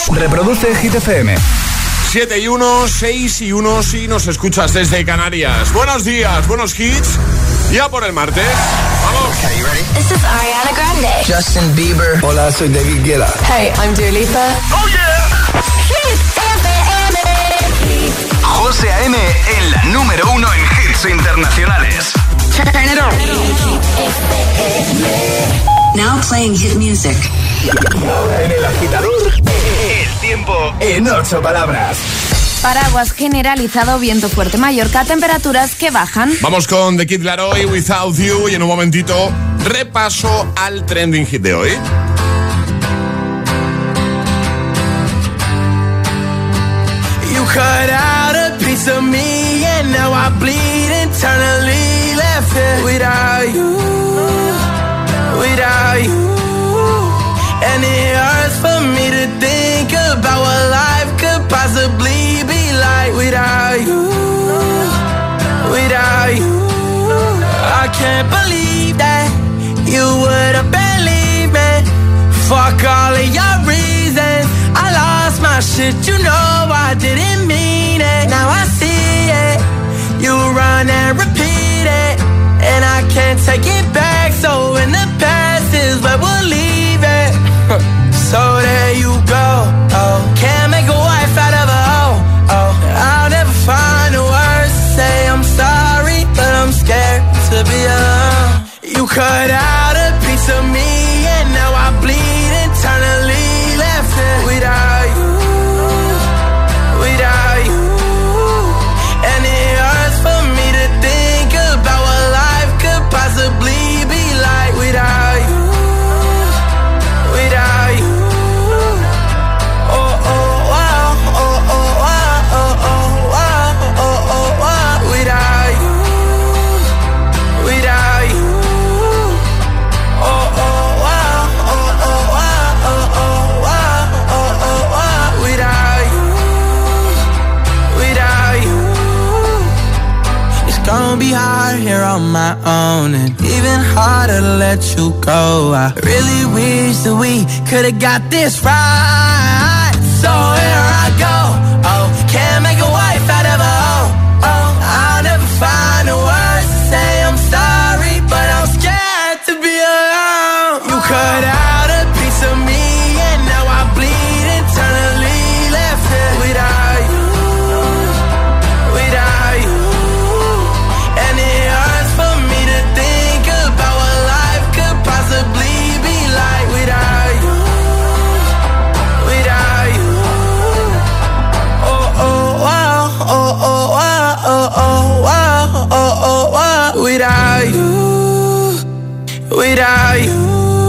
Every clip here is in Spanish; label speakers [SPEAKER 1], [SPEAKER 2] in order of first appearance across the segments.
[SPEAKER 1] Reproduce Hit FM.
[SPEAKER 2] 7 y 1, 6 y 1 si nos escuchas desde Canarias. Buenos días, buenos hits. Ya por el martes. Vamos.
[SPEAKER 3] Okay, you ready?
[SPEAKER 4] This is Ariana Grande.
[SPEAKER 3] Justin Bieber.
[SPEAKER 5] Hola, soy David Guetta.
[SPEAKER 4] Hey, I'm Dua Lipa.
[SPEAKER 2] Oh yeah.
[SPEAKER 4] Hit FM.
[SPEAKER 1] José A.M. en la número 1 en hits internacionales.
[SPEAKER 4] Turn it on.
[SPEAKER 6] Now playing hit music.
[SPEAKER 1] Ahora en El Agitador, el tiempo en 8 palabras.
[SPEAKER 7] Paraguas generalizado, viento fuerte Mallorca, temperaturas que bajan.
[SPEAKER 2] Vamos con The Kid Laroi, Without You, y en un momentito repaso al trending hit de hoy.
[SPEAKER 8] You cut out a piece of me and now I bleed internally, left here without you, without you. And it hurts for me to think about what life could possibly be like without you, without you. I can't believe that you would have believed me. Fuck all of your reasons. I lost my shit, you know I didn't mean it. Now I see it. You run and repeat it, and I can't take it back. So in the past is where we'll leave it. So there you go. Oh, can't make a wife out of a hoe. Oh, I'll never find the words to say I'm sorry, but I'm scared to be alone. You cut out a piece of me and now I bleed internally, left it without you, without you. And it hurts for me to think about what life could possibly be like without you, without you. Gonna be hard here on my own, and even harder to let you go. I really wish that we could've got this right. So here I go. Oh, can't make a wife out of a hoe. Oh, I'll never find the words to say I'm sorry, but I'm scared to be alone. You cut out a piece of me and now I bleed internally, left it without you, without you. Without you, without you.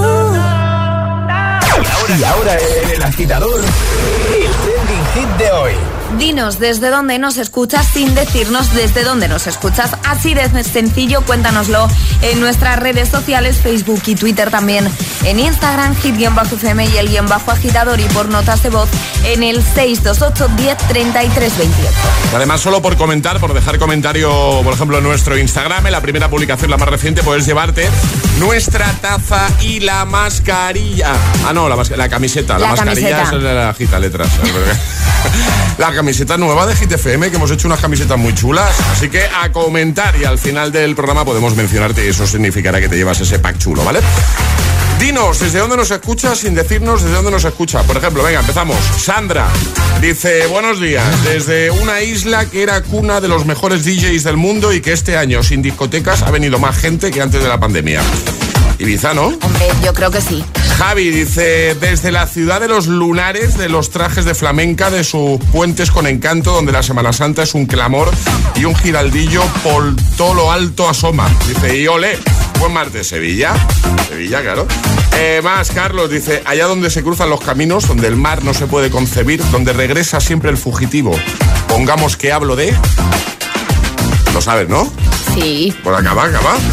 [SPEAKER 1] Y ahora en El Agitador, el trending hit de hoy.
[SPEAKER 7] Dinos desde dónde nos escuchas sin decirnos desde dónde nos escuchas. Así de sencillo, cuéntanoslo en nuestras redes sociales, Facebook y Twitter, también en Instagram, hit_FM y el _agitador, y por notas de voz en el 628 10 33 28.
[SPEAKER 2] Además, solo por comentar, por dejar comentario, por ejemplo, en nuestro Instagram, en la primera publicación, la más reciente, puedes llevarte nuestra taza y la mascarilla. Ah, no, la camiseta. La mascarilla es la agita letras. La camiseta nueva de Hit FM, que hemos hecho unas camisetas muy chulas. Así que a comentar, y al final del programa podemos mencionarte, y eso significará que te llevas ese pack chulo, ¿vale? Dinos desde dónde nos escuchas sin decirnos desde dónde nos escucha. Por ejemplo, venga, empezamos. Sandra dice: buenos días, desde una isla que era cuna de los mejores DJs del mundo y que este año sin discotecas ha venido más gente que antes de la pandemia. Ibiza, ¿no?
[SPEAKER 7] Hombre, yo creo que sí.
[SPEAKER 2] Javi dice: desde la ciudad de los lunares, de los trajes de flamenca, de sus puentes con encanto, donde la Semana Santa es un clamor y un giraldillo por todo lo alto asoma. Dice: y ole, buen martes, Sevilla. Sevilla, claro. Más, Carlos dice: allá donde se cruzan los caminos, donde el mar no se puede concebir, donde regresa siempre el fugitivo. Pongamos que hablo de... Lo sabes, ¿no?
[SPEAKER 7] Sí.
[SPEAKER 2] Pues acaba.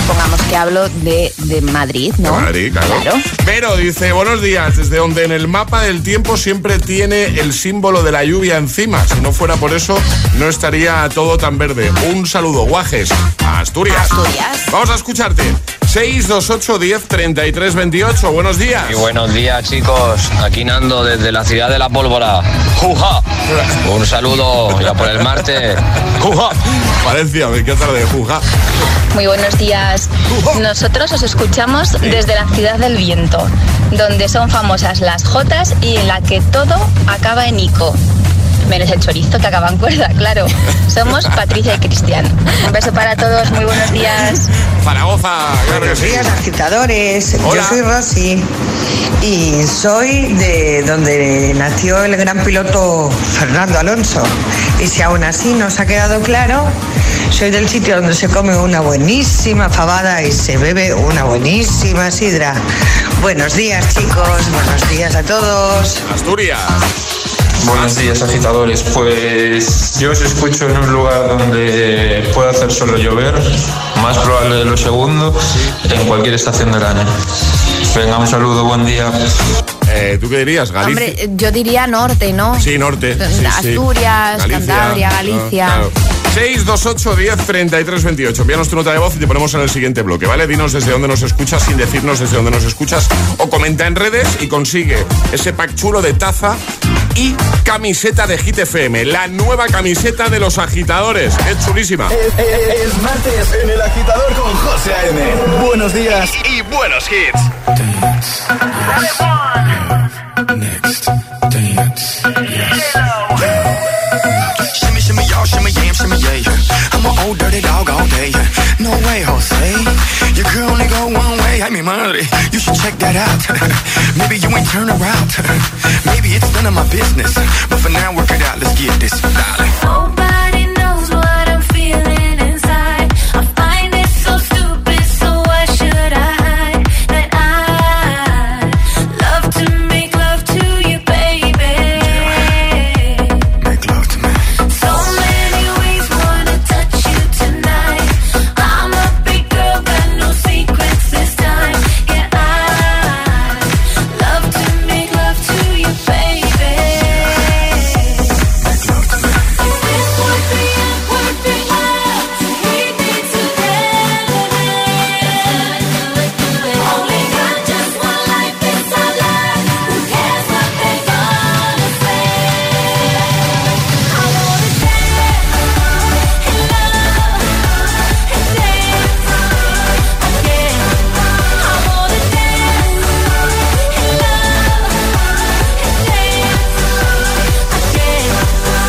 [SPEAKER 7] pongamos que hablo de Madrid, ¿no?
[SPEAKER 2] De Madrid, claro. Pero dice, buenos días, desde donde en el mapa del tiempo siempre tiene el símbolo de la lluvia encima. Si no fuera por eso, no estaría todo tan verde. Un saludo, Guajes, a Asturias. Vamos a escucharte. 628 10 33 28. Buenos días.
[SPEAKER 3] Y buenos días, chicos. Aquí Nando desde la ciudad de la pólvora. ¡Juja! Un saludo ya por el martes. ¡Juja!
[SPEAKER 2] Valencia, qué tarde, Juja.
[SPEAKER 5] Muy buenos días. Nosotros os escuchamos desde la ciudad del viento, donde son famosas las jotas y en la que todo acaba en ico. Menos el chorizo que acaba en cuerda, claro. Somos Patricia y Cristian. Un beso para todos, muy buenos días.
[SPEAKER 2] Zaragoza, claro.
[SPEAKER 9] Buenos días, agitadores.
[SPEAKER 2] Hola.
[SPEAKER 9] Yo soy Rosy y soy de donde nació el gran piloto Fernando Alonso. Y si aún así no os ha quedado claro, soy del sitio donde se come una buenísima fabada y se bebe una buenísima sidra. Buenos días, chicos. Buenos días a todos.
[SPEAKER 2] Asturias.
[SPEAKER 10] Buenos días, agitadores. Pues yo os escucho en un lugar donde puede hacer solo llover, más probable de lo segundo, en cualquier estación del año. Venga, un saludo, buen día.
[SPEAKER 2] ¿Tú qué dirías, Galicia?
[SPEAKER 7] Hombre, yo diría norte, ¿no?
[SPEAKER 2] Sí, norte.
[SPEAKER 7] Asturias,
[SPEAKER 2] sí.
[SPEAKER 7] Cantabria, Galicia.
[SPEAKER 2] Claro. 628 10 33 28. Envíanos tu nota de voz y te ponemos en el siguiente bloque, ¿vale? Dinos desde dónde nos escuchas sin decirnos desde dónde nos escuchas, o comenta en redes y consigue ese pack chulo de taza y camiseta de Hit FM, la nueva camiseta de los agitadores. Es chulísima.
[SPEAKER 1] Es martes en El Agitador con José A.M. Buenos días y buenos hits.
[SPEAKER 8] Next, dance, yes. Shimmy, shimmy, y'all, shimmy, yam, shimmy, yeah. I'm an old dirty dog all day. No way, Jose. Your girl only go one way. I mean, madre, you should check that out. Maybe you ain't turn around. Maybe it's none of my business. But for now, work it out. Let's get this, darling.
[SPEAKER 11] Nobody knows what I'm feeling inside. I find it so stupid, so why should I hide that I love to make love to you, baby.
[SPEAKER 8] Make love to me.
[SPEAKER 11] So many ways wanna touch you tonight. I'm a big girl, got no secrets this time. Yeah, I love to make love to you, baby.
[SPEAKER 8] Make love to me.
[SPEAKER 11] This would be a perfect world to keep me together. Only got just one life, it's our life. Who cares what they're gonna say? I wanna dance and love and dance again. I wanna dance and love and dance again.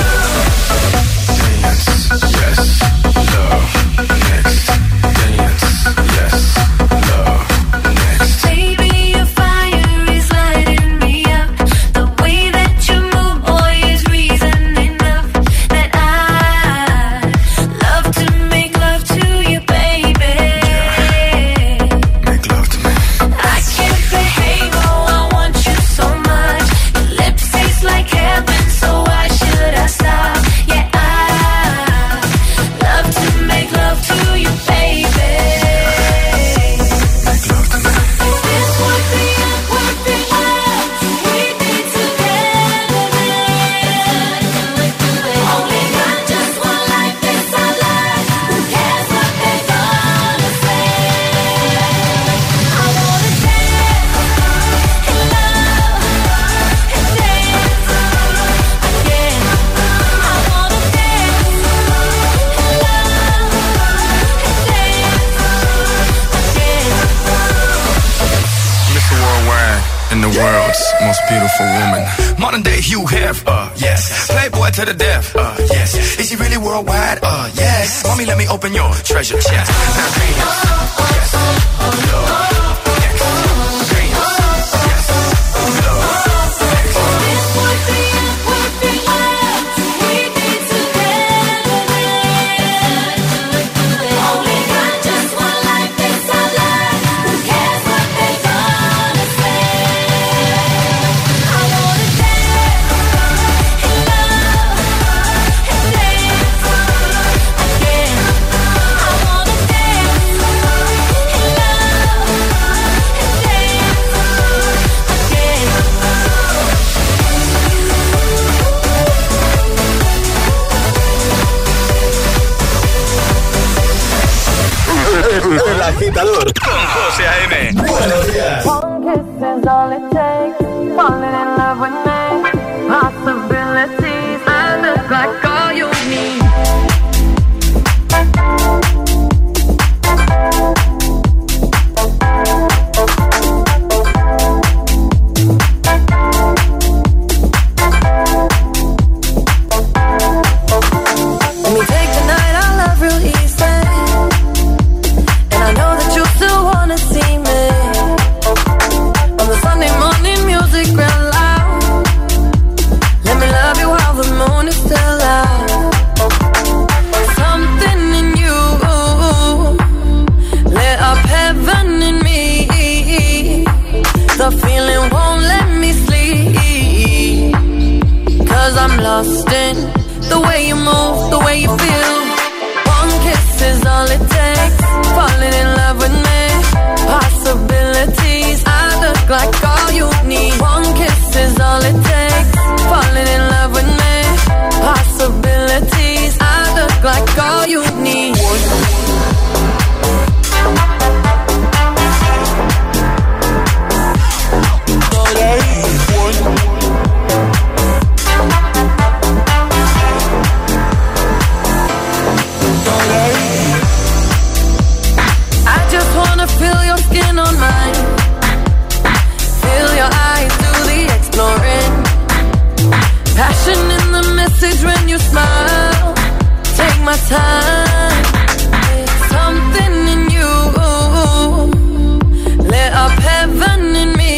[SPEAKER 8] Dance, yes, love, next. Dance, yes, love, next.
[SPEAKER 11] Baby, your fire is lighting me up. The way that you move, boy, is reason enough that I love to make love to you, baby.
[SPEAKER 8] Make love to me.
[SPEAKER 11] I can't behave, oh, I want you so much. Your lips taste like heaven, so why should I stop? Yeah, I love to make love to you, baby.
[SPEAKER 8] Make love to me.
[SPEAKER 11] This would be a perfect world to keep me together. Only got just one life, it's our life. Who cares what they're gonna say? I wanna dance and love and dance again. I wanna dance and love and dance again.
[SPEAKER 8] Mr. Worldwide and the world's most beautiful woman. Modern day Hugh Hef, yes. Playboy to the death, yes. Is he really worldwide? Yes. Mommy, let me open your treasure chest. Now dance, yes. Love, next. Dance, yes. Love, next.
[SPEAKER 11] This would be a perfect world to keep me together. Only got just one life, it's our life. Who cares what they're gonna say? I wanna dance and love and dance again. I wanna dance and love and dance again.
[SPEAKER 1] agitador con José A.M. Buenos días.
[SPEAKER 8] One kiss is all it takes. Falling in love with me. Possibilities. I look like all you need. Let me take the night, I love real easy. And I know that you still wanna see me. On the Sunday morning, music real loud. Let me love you while the moon is still out. Something in you lit up heaven in me. The feeling won't let me sleep. 'Cause I'm lost in the way you move, the way you feel. One kiss is all it takes. Falling in love with me. Possibilities. I look like all you need. One kiss is all it takes. Falling in love with me. Possibilities. I look like all you need. I just wanna feel your skin on mine. Feel your eyes do the exploring. Passion in the message when you smile. Take my time. It's something in you lit up heaven in me.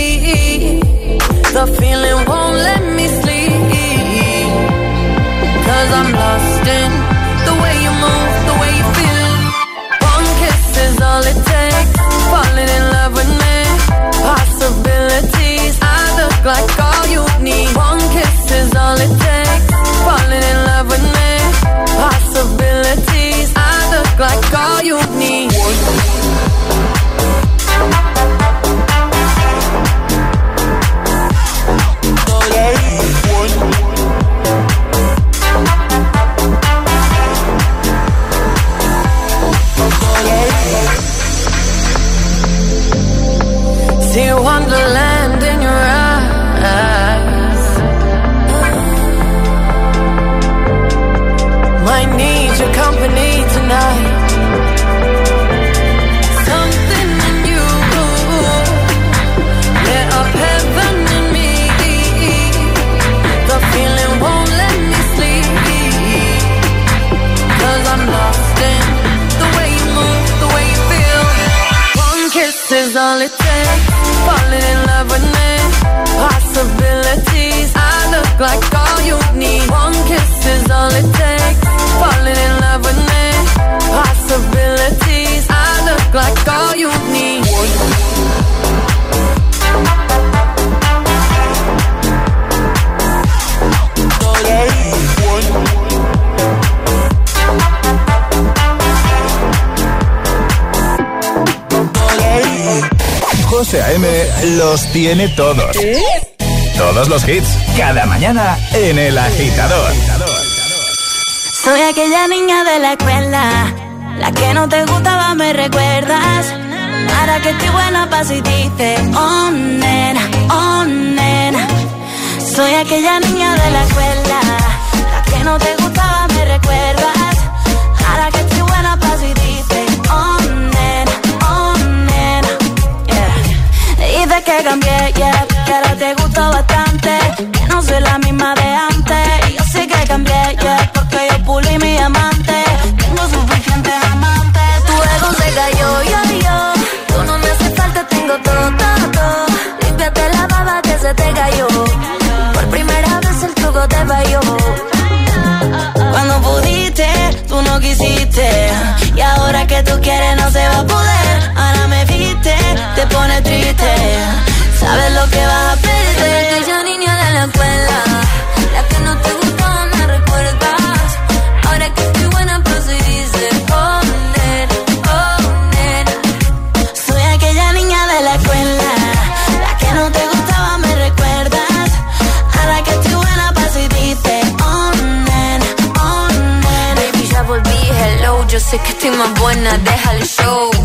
[SPEAKER 8] The feeling won't let me sleep. 'Cause I'm lost in the way you move, the way you feel. One kiss is all it takes. Falling in love with me. Possibilities. I look like all you need. One kiss is all it takes. Falling in love with me. Possibilities. I look like all you need. See wonderland in your eyes. Might need your company tonight. Something in you lit up heaven in me. The feeling won't let me sleep. 'Cause I'm lost in the way you move, the way you feel. One kiss is all it takes. Falling in love with me. Possibilities. I look like all you need. One kiss is all it takes. Falling in love with me. Possibilities. I look like all you need.
[SPEAKER 1] José A.M. los tiene todos. Todos los hits, cada mañana en El Agitador.
[SPEAKER 12] Soy aquella niña de la escuela, la que no te gustaba, me recuerdas. Ahora que estoy buena pa' si dices, oh nena, oh nena. Soy aquella niña de la escuela, la que no te gustaba, me recuerdas. Ahora que estoy buena pa' si dices, oh nena, oh nena. Dices que cambié, yeah, que ahora te gusto bastante, que no soy la misma de antes. Y yo sé que cambié, yeah, porque yo pulí mi amante. Tengo suficientes amantes. Tu ego se cayó, yo. Tú no me hace falta, tengo todo, todo, todo. Límpiate la baba que se te cayó. Por primera vez el truco te falló. Cuando pudiste, tú no quisiste. Y ahora que tú quieres no se va a poder. Ahora me viste, te pone triste. Sabes lo que vas a perder. Aquella niña de la escuela, la que no te gustaba, me recuerdas. Ahora que estoy buena, pues se dice, oh nena, oh nena. Soy aquella niña de la escuela, la que no te gustaba, me recuerdas. Ahora que estoy buena, pues se dice, oh nena, oh nena. Baby, ya volví, hello. Yo sé que estoy más buena, deja el show.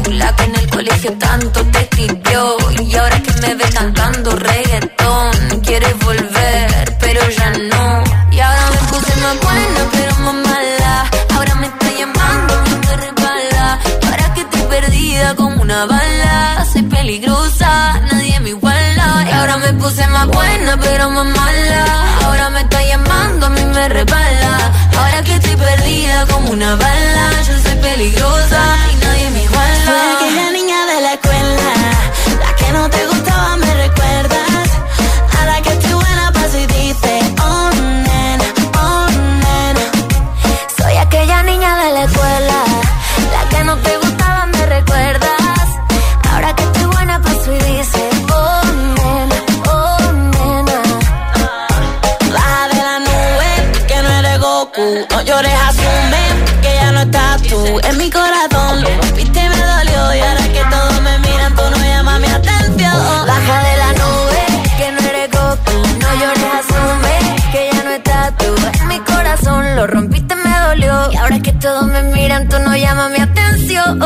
[SPEAKER 12] la que en el colegio tanto te escribió. Y ahora que me ves cantando reggaetón, quieres volver, pero ya no. Y ahora me puse más buena, pero más mala. Ahora me está llamando, me resbala. Ahora que estoy perdida como una bala. Soy peligrosa, nadie me iguala. Y ahora me puse más buena, pero más mala. Ahora me está llamando, a mí me resbala. Ahora que estoy perdida como una bala. Yo soy peligrosa y nadie me iguala. Soy aquella niña de la escuela, la que no te gustaba, me recuerdas. Ahora que estoy buena paso y dice, oh nena, oh nena. Soy aquella niña de la escuela, la que no te gustaba, me recuerdas. Ahora que estoy buena paso y dice, oh nena, oh nena. Baja de la nube, que no eres Goku. No llores, asume que ya no estás tú en mi corazón. Lo rompiste y me dolió. Y ahora que todos me miran, tú no llamas mi atención. Baja de la nube, que no eres Goku. No llores, asume que ya no estás tú en mi corazón. Lo rompiste, me dolió. Y ahora que todos me miran, tú no llamas mi atención.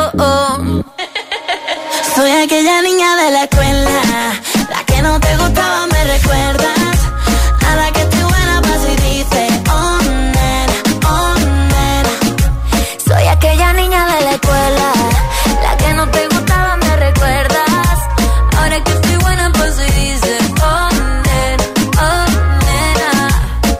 [SPEAKER 12] Soy aquella niña de la escuela, la que no te gustaba, me recuerdas. Ahora que estoy buena paso y dice, oh nena, oh nena. Soy aquella niña de la escuela, la que no te gustaba, me recuerdas. Ahora que estoy buena paso y dice, oh nena, oh nena.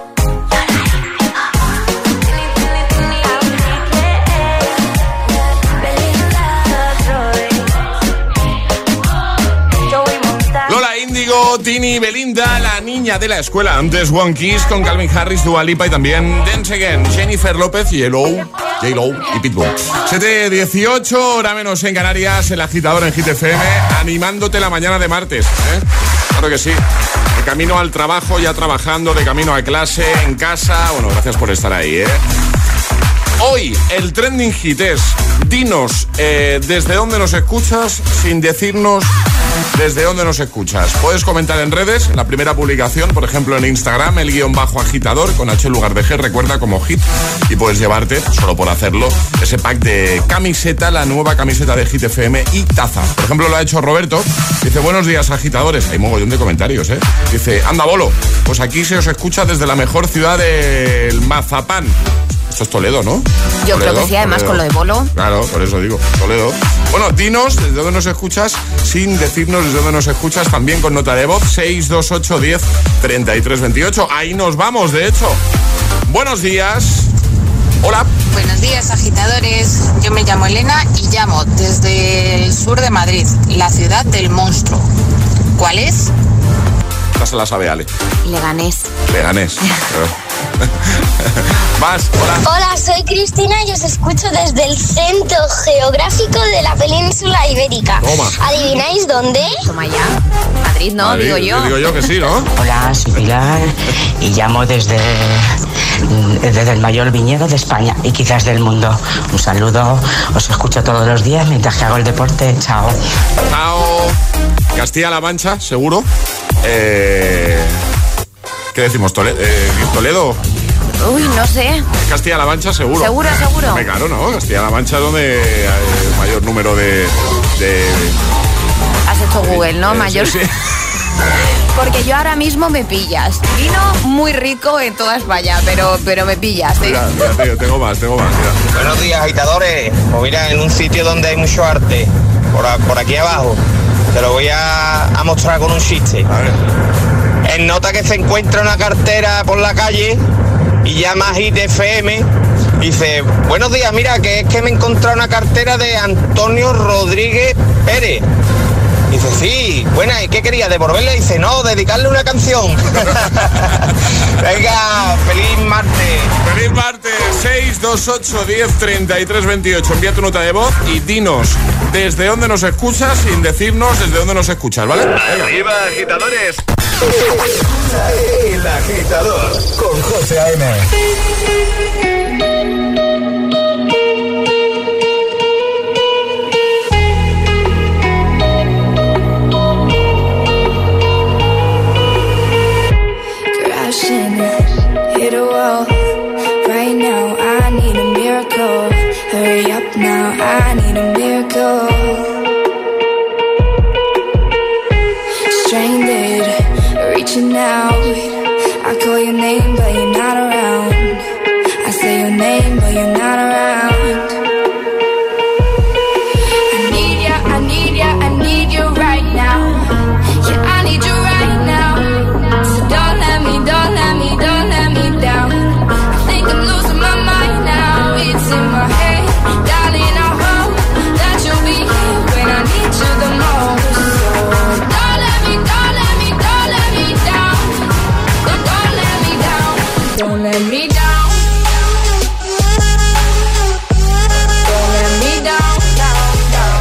[SPEAKER 2] Lola Índigo, Tini, Belinda, la niña de la escuela. Antes One Kiss con Calvin Harris, Dua Lipa y también Dance Again, Jennifer López, J-Lo y Pitbull. 7:18, hora menos en Canarias, el agitador en Hit FM, animándote la mañana de martes. Claro que sí. De camino al trabajo, ya trabajando, de camino a clase, en casa. Bueno, gracias por estar ahí, Hoy el trending hit es: dinos desde dónde nos escuchas sin decirnos desde dónde nos escuchas. Puedes comentar en redes, en la primera publicación, por ejemplo en Instagram, el _agitador con H en lugar de G, recuerda, como hit, y puedes llevarte, solo por hacerlo, ese pack de camiseta, la nueva camiseta de Hit FM y taza. Por ejemplo, lo ha hecho Roberto, dice: buenos días, agitadores. Hay mogollón de comentarios, Dice: anda, bolo, pues aquí se os escucha desde la mejor ciudad del mazapán. Esto es Toledo, ¿no?
[SPEAKER 7] Yo
[SPEAKER 2] Toledo,
[SPEAKER 7] creo que sí, además
[SPEAKER 2] Toledo.
[SPEAKER 7] Con lo de bolo.
[SPEAKER 2] Claro, por eso digo, Toledo. Bueno, dinos desde dónde nos escuchas sin decirnos desde dónde nos escuchas, también con nota de voz, 628 10 33 28. Ahí nos vamos, de hecho. Buenos días. Hola.
[SPEAKER 13] Buenos días, agitadores. Yo me llamo Elena y llamo desde el sur de Madrid, la ciudad del monstruo. ¿Cuál es?
[SPEAKER 2] Esta se la sabe Ale.
[SPEAKER 7] Leganés.
[SPEAKER 2] Vas, hola.
[SPEAKER 14] Hola, soy Cristina y os escucho desde el centro geográfico de la península ibérica.
[SPEAKER 2] Toma.
[SPEAKER 14] ¿Adivináis dónde?
[SPEAKER 7] Toma ya. Madrid, ¿no?
[SPEAKER 2] Madrid,
[SPEAKER 7] digo yo.
[SPEAKER 2] Digo yo que sí, ¿no?
[SPEAKER 15] Hola, soy Pilar y llamo desde el mayor viñedo de España y quizás del mundo. Un saludo, os escucho todos los días mientras que hago el deporte. Chao.
[SPEAKER 2] Chao. Castilla-La Mancha, seguro. ¿Qué decimos? ¿Toledo?
[SPEAKER 7] Uy, no sé.
[SPEAKER 2] Castilla-La Mancha, seguro.
[SPEAKER 7] Seguro.
[SPEAKER 2] Claro, ¿no? Castilla-La Mancha, donde hay el mayor número de...
[SPEAKER 7] Has hecho Google, ¿no? Mayor.
[SPEAKER 2] Sí.
[SPEAKER 7] Porque yo ahora mismo me pillas. Vino muy rico en toda España, pero me pillas.
[SPEAKER 2] Mira, tío, tengo más. Mira.
[SPEAKER 16] Buenos días, agitadores. Pues mira, en un sitio donde hay mucho arte, por aquí abajo, te lo voy a mostrar con un chiste.
[SPEAKER 2] A ver.
[SPEAKER 16] Él nota que se encuentra una cartera por la calle y llama a Hit FM y dice: buenos días, mira, que es que me he encontrado una cartera de Antonio Rodríguez Pérez. Dice: sí, buena, ¿y qué quería? ¿Devolverle? Dice: no, dedicarle una canción. Venga, feliz martes.
[SPEAKER 2] Feliz martes, 628 10 33 28. Envía tu nota de voz y dinos desde dónde nos escuchas sin decirnos desde dónde nos escuchas, ¿vale?
[SPEAKER 1] ¡Arriba, agitadores! El agitador con José A.M.
[SPEAKER 12] Hit a wall. Right now I need a miracle. Hurry up now, I need a miracle. I call your name, but you're not around. I say your name, but you're not around. I need ya, I need ya, I need you right now. Yeah, I need you right now. So don't let me, don't let me, don't let me down. I think I'm losing my mind now. It's in my head, darling, I hope that you'll be here when I need you the most. So don't let me, don't let me, don't let me down. Don't let me down. Don't let me down. Don't let me down, down, down.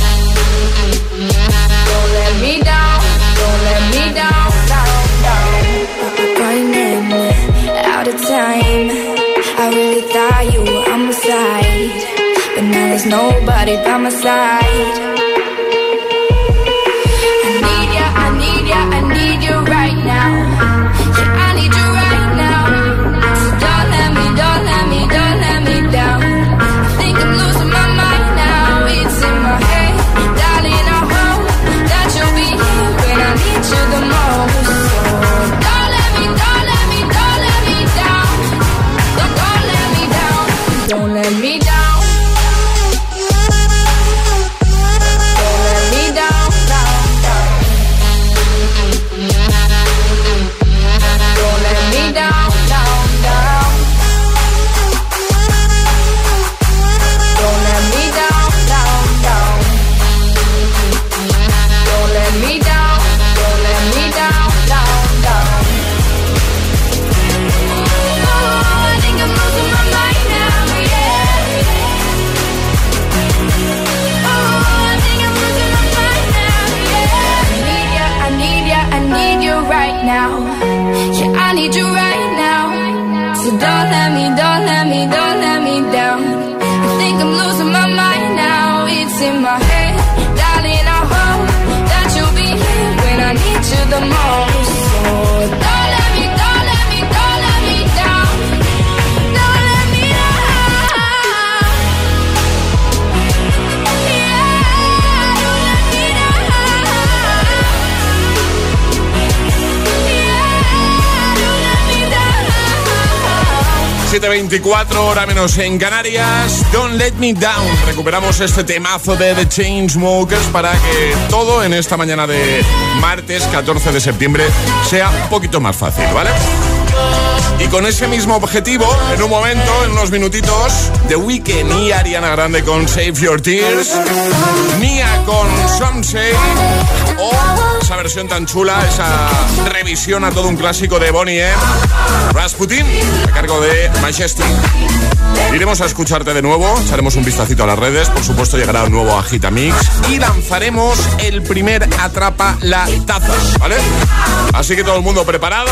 [SPEAKER 12] Don't let me down. Don't let me down, down, down. Running out of time. I really thought you were on my side, but now there's nobody by my side. I need ya, I need ya, I need you right now. Yeah, I need you right now. So don't let me, don't let me, don't let me down. I think I'm losing my mind now. It's in my head, darling, I hope that you'll be here when I need you the most. So don't let me, don't let me, don't let me down. Don't let me down. Don't let me down. Don't let me down, down, down. Don't let me down, down, down. Don't let me down, down, down. Don't let me down, don't let me down, down, down. Oh, I think I'm losing my mind now, yeah. Oh, I think I'm losing my mind now, yeah. I need ya, I need ya, I need you right now. Yeah, I need you right now. So don't let me, don't let me, don't let me down. I think I'm losing my mind now. It's in my head, darling, I hope that you'll be here when I need you the most. So don't let me, don't let me, don't let me down. Don't let me down. Yeah, don't let me down. Yeah, don't let me down.
[SPEAKER 2] 7:24, hora menos en Canarias. Don't Let Me Down. Recuperamos este temazo de The Chainsmokers para que todo en esta mañana de martes 14 de septiembre sea un poquito más fácil, ¿vale? Y con ese mismo objetivo, en un momento, en unos minutitos, The Weeknd y Ariana Grande con Save Your Tears, Mia con Some Say, o esa versión tan chula, esa revisión a todo un clásico de Bonnie M, Rasputin, a cargo de Majestic. Iremos a escucharte de nuevo, echaremos un vistacito a las redes, por supuesto llegará un nuevo Agitamix y lanzaremos el primer Atrapa la Taza, ¿vale? Así que todo el mundo preparado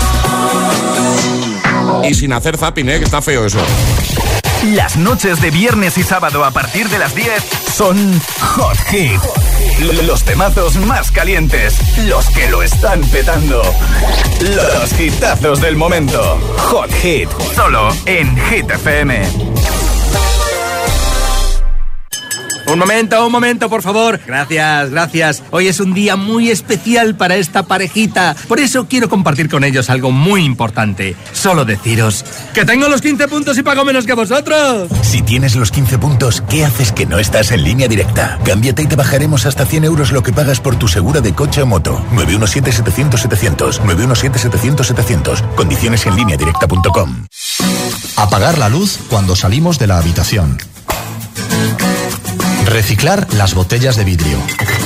[SPEAKER 2] y sin hacer zapping, que está feo eso.
[SPEAKER 1] Las noches de viernes y sábado a partir de las 10 son Hot Hit. Los temazos más calientes, los que lo están petando, los hitazos del momento. Hot Hit, solo en Hit FM.
[SPEAKER 17] Un momento, por favor. Gracias, gracias. Hoy es un día muy especial para esta parejita. Por eso quiero compartir con ellos algo muy importante. Solo deciros que tengo los 15 puntos y pago menos que vosotros.
[SPEAKER 18] Si tienes los 15 puntos, ¿qué haces que no estás en Línea Directa? Cámbiate y te bajaremos hasta 100 euros lo que pagas por tu segura de coche o moto. 917-700-700. 917-700-700. Condiciones en lineadirecta.com.
[SPEAKER 19] Apagar la luz cuando salimos de la habitación. Reciclar las botellas de vidrio.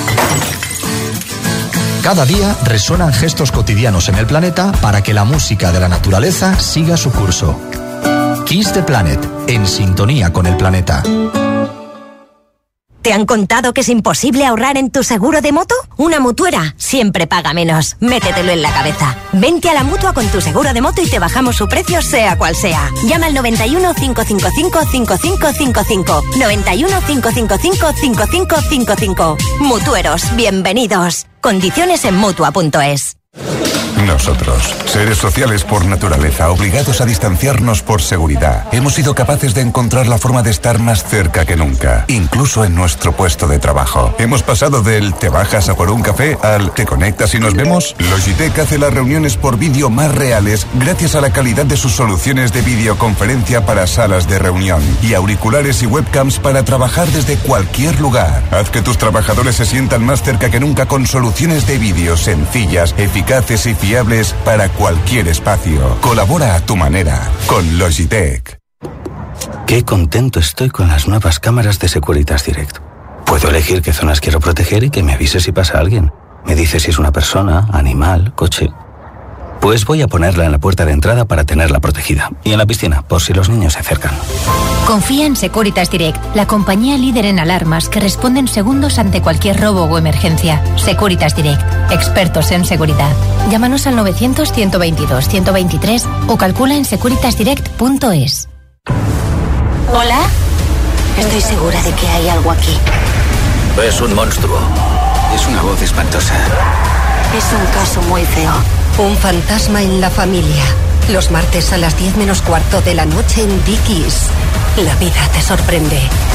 [SPEAKER 19] Cada día resuenan gestos cotidianos en el planeta para que la música de la naturaleza siga su curso. Kiss the Planet, en sintonía con el planeta.
[SPEAKER 20] ¿Te han contado que es imposible ahorrar en tu seguro de moto? Una mutuera siempre paga menos. Métetelo en la cabeza. Vente a la Mutua con tu seguro de moto y te bajamos su precio sea cual sea. Llama al 91 555 5555. 91 555 5555. Mutueros, bienvenidos. Condiciones en Mutua.es.
[SPEAKER 21] Nosotros, seres sociales por naturaleza, obligados a distanciarnos por seguridad, hemos sido capaces de encontrar la forma de estar más cerca que nunca, incluso en nuestro puesto de trabajo. Hemos pasado del ¿te bajas a por un café? Al ¿te conectas y nos vemos? Logitech hace las reuniones por vídeo más reales gracias a la calidad de sus soluciones de videoconferencia para salas de reunión y auriculares y webcams para trabajar desde cualquier lugar. Haz que tus trabajadores se sientan más cerca que nunca con soluciones de vídeo sencillas, eficaces y fiables para cualquier espacio. Colabora a tu manera con Logitech.
[SPEAKER 22] Qué contento estoy con las nuevas cámaras de Securitas Direct. Puedo elegir qué zonas quiero proteger y que me avise si pasa alguien. Me dice si es una persona, animal, coche. Pues voy a ponerla en la puerta de entrada para tenerla protegida. Y en la piscina, por si los niños se acercan.
[SPEAKER 23] Confía en Securitas Direct, la compañía líder en alarmas que responde en segundos ante cualquier robo o emergencia. Securitas Direct, expertos en seguridad. Llámanos al 900-122-123 o calcula en securitasdirect.es.
[SPEAKER 20] ¿Hola? Estoy segura de que hay algo aquí.
[SPEAKER 22] Es un monstruo. Es una voz espantosa.
[SPEAKER 20] Es un caso muy feo.
[SPEAKER 24] Un fantasma en la familia. Los martes a las 10 menos cuarto de la noche en Dickies. La vida te sorprende.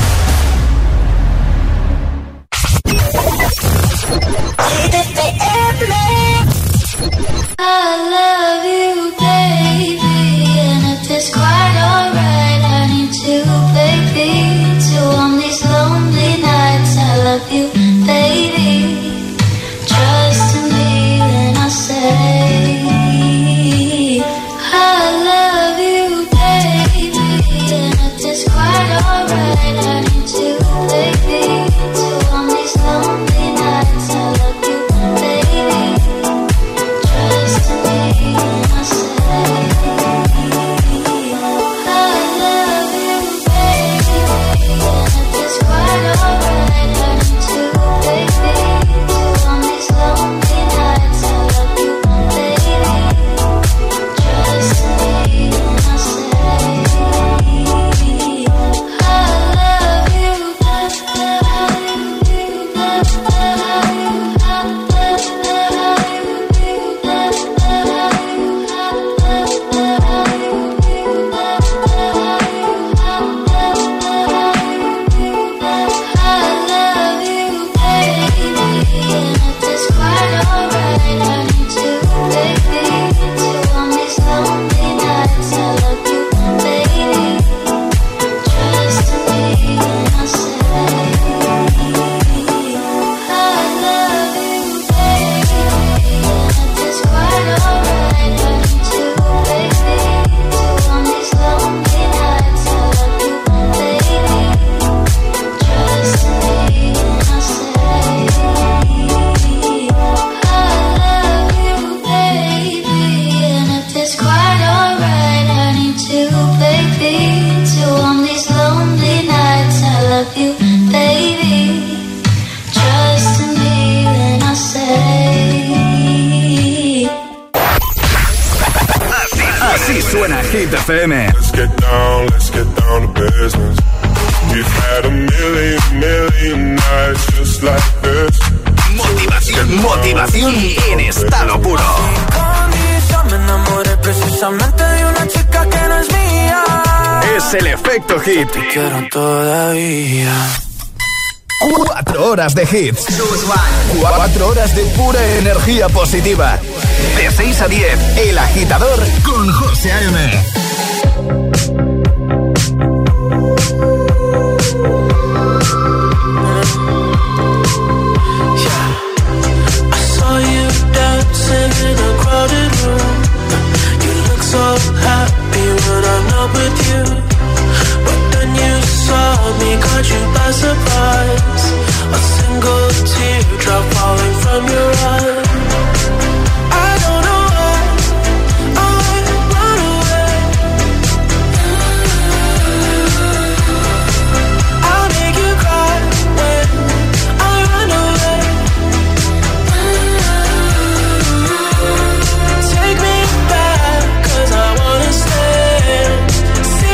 [SPEAKER 11] I love you, baby, and if it's quite alright, I need to, baby, to on these lonely nights. I love you, baby. Trust me when I say I love you, baby, and if it's quite alright, I need to, baby, to on these lonely nights. I love you, baby. Trust me when I say I love you, baby, and if it's quite alright, I need to, baby, to on these lonely nights. I love you, baby. Trust me when I say I love you,
[SPEAKER 1] Así suena Hit FM.
[SPEAKER 25] Let's get down to business. We've had a million nights just like this.
[SPEAKER 1] Motivación en estado puro.
[SPEAKER 8] Me enamoré precisamente de una chica que no es mía.
[SPEAKER 1] Es el efecto hit.
[SPEAKER 8] Te quiero todavía.
[SPEAKER 1] 4 horas de hits. 4 horas de pura energía positiva. De 6 a 10, El Agitador con José A.M.
[SPEAKER 8] So happy when I'm not with you, but then you saw me, caught you by surprise. A single teardrop falling from your eye. I don't know why I run away. I'll make you cry when I run away. Take me back, 'cause I wanna stay.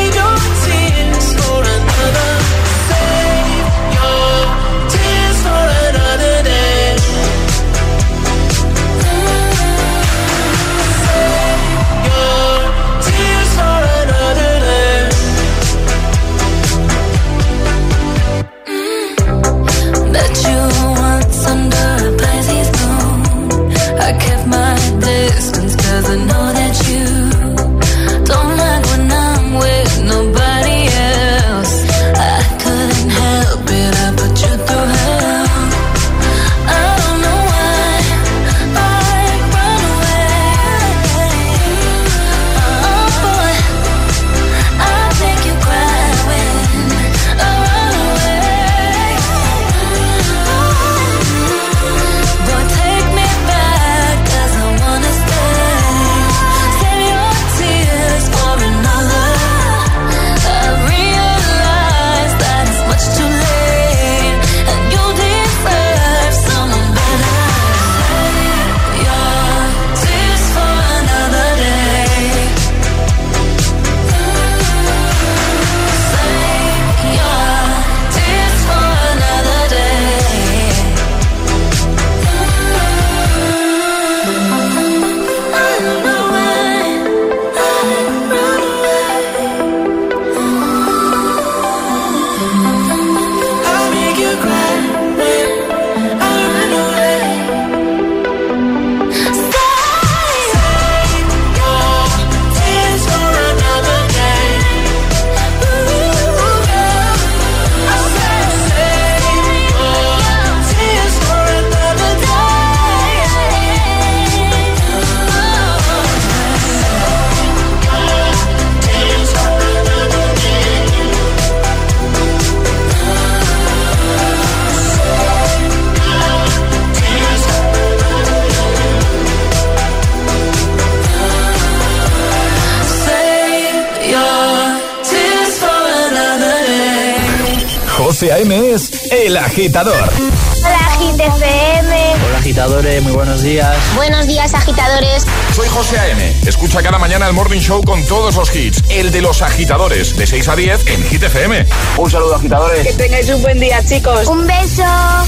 [SPEAKER 1] José A.M. es El Agitador.
[SPEAKER 14] Hola, Hit FM.
[SPEAKER 3] Hola, agitadores, muy buenos días.
[SPEAKER 14] Buenos días, agitadores.
[SPEAKER 2] Soy José A.M. Escucha cada mañana el Morning Show con todos los hits. El de los agitadores, de 6 a 10 en Hit FM.
[SPEAKER 4] Un saludo, agitadores.
[SPEAKER 5] Que tengáis un buen día, chicos.
[SPEAKER 14] Un beso.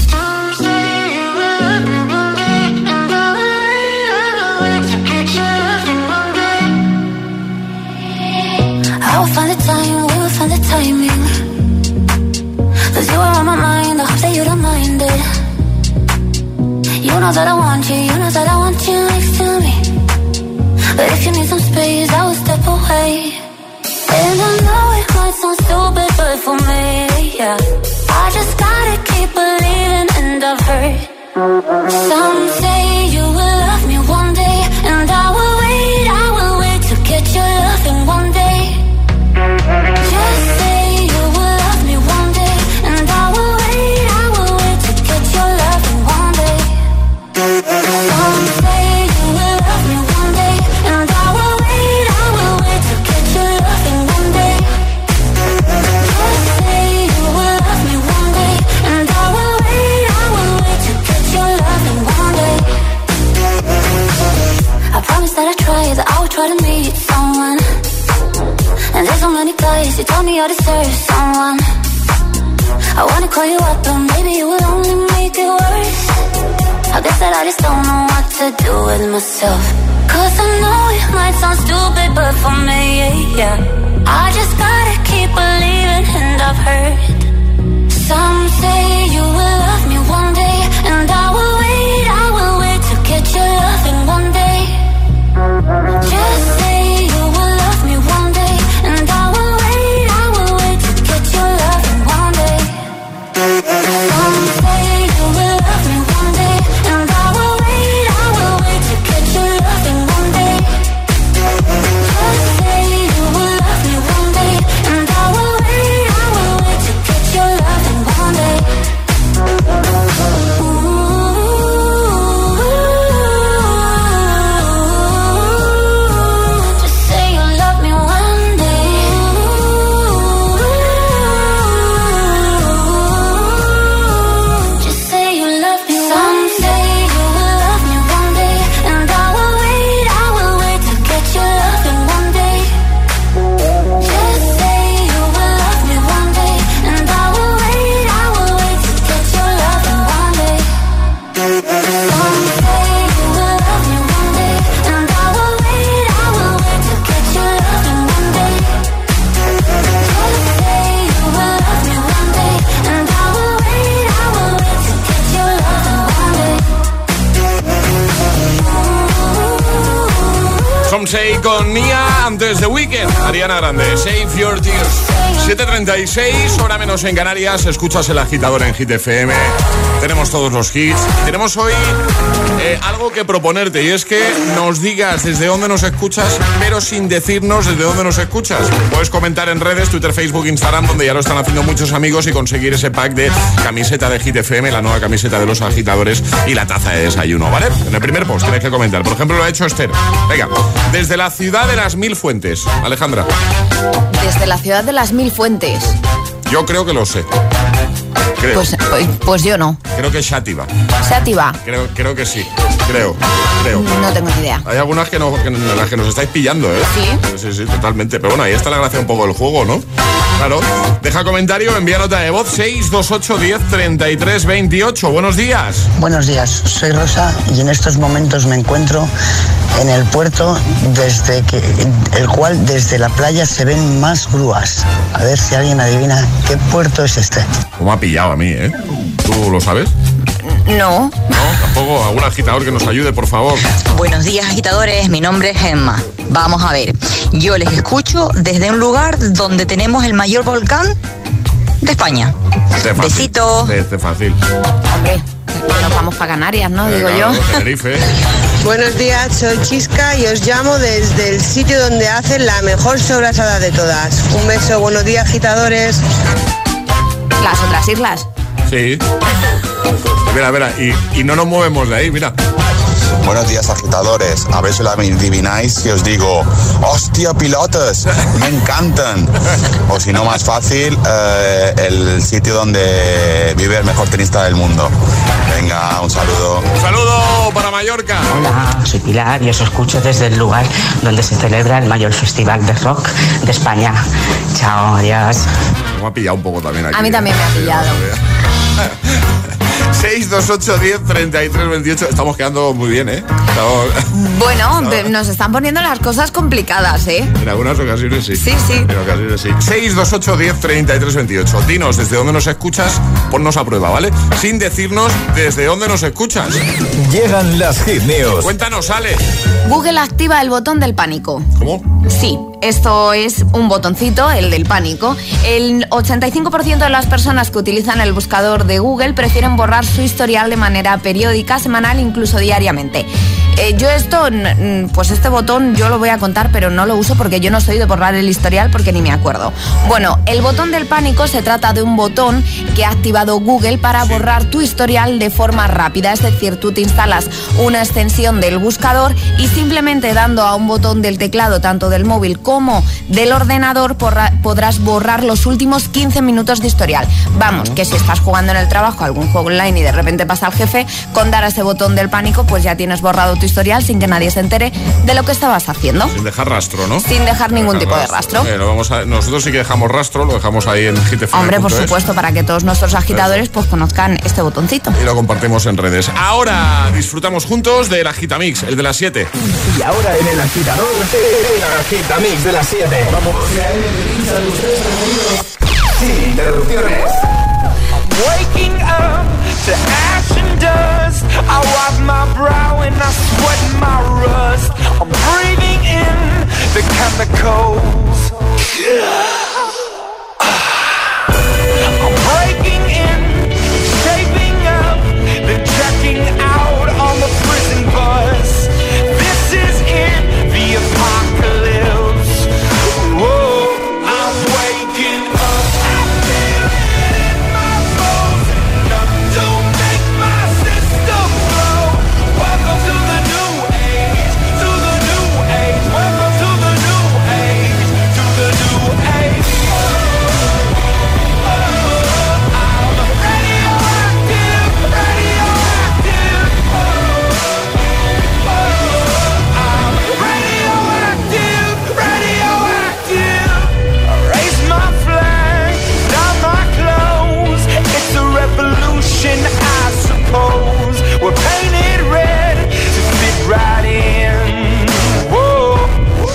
[SPEAKER 12] I will find the time, we will find the timing. 'Cause you are on my mind, I hope that you don't mind it. You know that I want you, you know that I want you next to me. But if you need some space, I will step away. And I know it might sound stupid, but for me, yeah, I just gotta keep believing, and I've heard some say you will love me one day, and I will wait to get your loving one day. Just say you will love me one day, and I will wait to get your loving one day. Some say you will love me one day, and I will wait to get your loving one day. Just say you will love me one day, and I will wait to get your loving one day. I promise that I try, that I will try to meet someone. And there's so many guys who told me I deserve someone. I wanna call you up, but maybe it will only make it worse. I guess that I just don't know what to do with myself. 'Cause I know it might sound stupid, but for me, yeah, I just gotta keep believing, and I've heard some say you will love me one day, and I will wait to get your loving one day. Just say you will love me one day, and I will wait to get your loving one day. Some say you will love me one day, and I will wait to get your loving one day. Just say you will love me one day, and I will wait to get your loving one day. Just say you love me one day. Just say you love me. Some say you will love me one day, and I will wait to get your loving one day. Just say you will love me one day, and I will wait to get your loving one day. Some say you will love me one day, and I will wait to get your loving one day. Just say you will love me one day, and I will wait to get your loving one day.
[SPEAKER 2] Some Say con Nia, antes de Weekend, Ariana Grande, Save Your Tears. 7:36, hora menos en Canarias. Escuchas El Agitador en Hit FM. Tenemos todos los hits. Tenemos hoy algo que proponerte, y es que nos digas desde dónde nos escuchas, pero sin decirnos desde dónde nos escuchas. Puedes comentar en redes, Twitter, Facebook, Instagram, donde ya lo están haciendo muchos amigos, y conseguir ese pack de camiseta de Hit FM, la nueva camiseta de los agitadores y la taza de desayuno, ¿vale? En el primer post tienes que comentar. Por ejemplo, lo ha hecho Esther. Venga, desde la ciudad de las 1000 fuentes. Alejandra.
[SPEAKER 7] Desde la ciudad de las 1000 fuentes.
[SPEAKER 2] Yo creo que lo sé. Creo.
[SPEAKER 7] Pues yo no.
[SPEAKER 2] Creo que es Xàtiva.
[SPEAKER 7] ¿Xàtiva?
[SPEAKER 2] Creo que sí. Creo.
[SPEAKER 7] No tengo ni idea.
[SPEAKER 2] Hay algunas que las que nos estáis pillando, ¿eh? Sí, totalmente. Pero bueno, ahí está la gracia un poco del juego, ¿no? Claro. Deja comentario, envía nota de voz 628 10 33 28. Buenos días.
[SPEAKER 6] Buenos días, soy Rosa y en estos momentos me encuentro en el puerto el cual desde la playa se ven más grúas. A ver si alguien adivina qué puerto es este.
[SPEAKER 2] ¿Cómo ha pillado a mí, eh? ¿Tú lo sabes?
[SPEAKER 7] No.
[SPEAKER 2] No, tampoco. ¿Algún agitador que nos ayude, por favor?
[SPEAKER 9] Buenos días, agitadores. Mi nombre es Emma. Vamos a ver. Yo les escucho desde un lugar donde tenemos el mayor volcán de España. Besitos.
[SPEAKER 2] Este fácil.
[SPEAKER 7] Hombre, nos vamos para Canarias, ¿no? Digo yo.
[SPEAKER 2] Tenerife.
[SPEAKER 5] Buenos días, soy Chisca y os llamo desde el sitio donde hacen la mejor sobrasada de todas. Un beso, buenos días, agitadores.
[SPEAKER 7] Las otras islas.
[SPEAKER 2] Sí. Mira, y no nos movemos de ahí, mira.
[SPEAKER 4] Buenos días, agitadores. A ver si la adivináis si os digo, ¡hostia, pilotos! Me encantan. O si no, más fácil, el sitio donde vive el mejor tenista del mundo. Venga, un saludo.
[SPEAKER 2] Un saludo para Mallorca.
[SPEAKER 10] Hola, soy Pilar y os escucho desde el lugar donde se celebra el mayor festival de rock de España. Chao, adiós.
[SPEAKER 2] Me ha pillado un poco también aquí.
[SPEAKER 7] A mí también me ha pillado.
[SPEAKER 2] 628 10 33 28. Estamos quedando muy bien, ¿eh?
[SPEAKER 7] Bueno, nos están poniendo las cosas complicadas, ¿eh?
[SPEAKER 2] En algunas ocasiones sí.
[SPEAKER 7] Sí, sí.
[SPEAKER 2] En ocasiones sí. 628 10 33 28. Dinos desde dónde nos escuchas, ponnos a prueba, ¿vale? Sin decirnos desde dónde nos escuchas.
[SPEAKER 1] Llegan las Hit News.
[SPEAKER 2] Cuéntanos, Ale.
[SPEAKER 7] Google activa el botón del pánico.
[SPEAKER 2] ¿Cómo?
[SPEAKER 7] Sí, esto es un botoncito, el del pánico. El 85% de las personas que utilizan el buscador de Google prefieren borrar su historial de manera periódica, semanal, incluso diariamente. Yo este botón yo lo voy a contar, pero no lo uso porque yo no soy de borrar el historial porque ni me acuerdo. Bueno, el botón del pánico se trata de un botón que ha activado Google para borrar tu historial de forma rápida. Es decir, tú te instalas una extensión del buscador y simplemente dando a un botón del teclado, tanto del móvil como del ordenador, podrás borrar los últimos 15 minutos de historial. Vamos, que si estás jugando en el trabajo algún juego online y de repente pasa el jefe, con dar a ese botón del pánico, pues ya tienes borrado tu historial sin que nadie se entere de lo que estabas haciendo.
[SPEAKER 2] Sin dejar rastro, ¿no?
[SPEAKER 7] Sin dejar ningún tipo de rastro.
[SPEAKER 2] Nosotros sí que dejamos rastro, lo dejamos ahí en Hit FM.
[SPEAKER 7] Hombre, por supuesto, para que todos nuestros agitadores pues conozcan este botoncito.
[SPEAKER 2] Y lo compartimos en redes. Ahora disfrutamos juntos del Agitamix, el de las 7.
[SPEAKER 1] Y ahora en el agitador, el Agitamix de las 7. Vamos. Sin interrupciones.
[SPEAKER 8] Waking up to ash and dust. I wipe my brow and I sweat my rust. I'm breathing in the chemicals. I'm breaking in, shaping up, then checking out on the prison bus. This is it, the apocalypse. Whoa, I'm waking up. I feel it in my bones, enough to make my system blow. Welcome to the new age, to the new age. Welcome to the new age, to the new age. I'm radioactive, radioactive. I'm radioactive, radioactive. Raise my flag, down my clothes. It's a revolution, I suppose. We're painted red to fit right in. Whoa.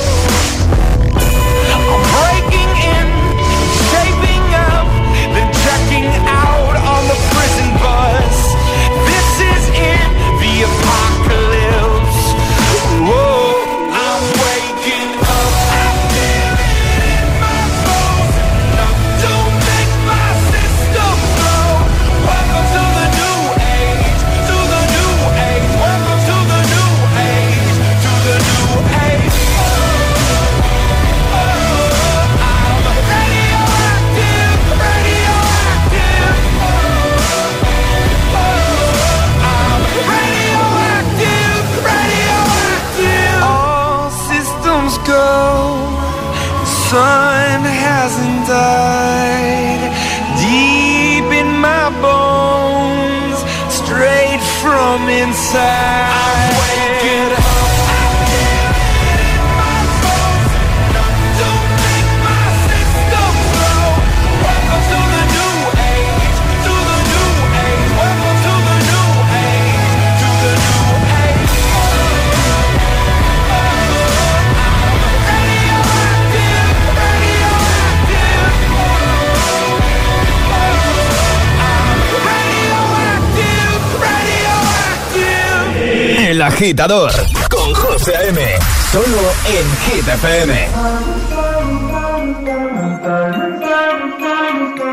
[SPEAKER 8] I'm breaking in, shaping up, then checking out on the prison bus. This is it, the apocalypse. Whoa, I'm waking up. I feel it in my bones, enough to make my system blow. Welcome to the new age, to the new age. Welcome to the new age, to the new age. I'm radioactive, radioactive. I'm radioactive, radioactive. All systems go. Sun hasn't died. Deep in my bones, straight from inside. I'm waking up. I feel it in my bones, enough to make my system blow. Welcome to the new age, to the new age. Welcome to the new age, to the new age. I'm radioactive, radioactive. I'm radioactive, radioactive.
[SPEAKER 1] El agitador con José A.M. Solo en Hit FM.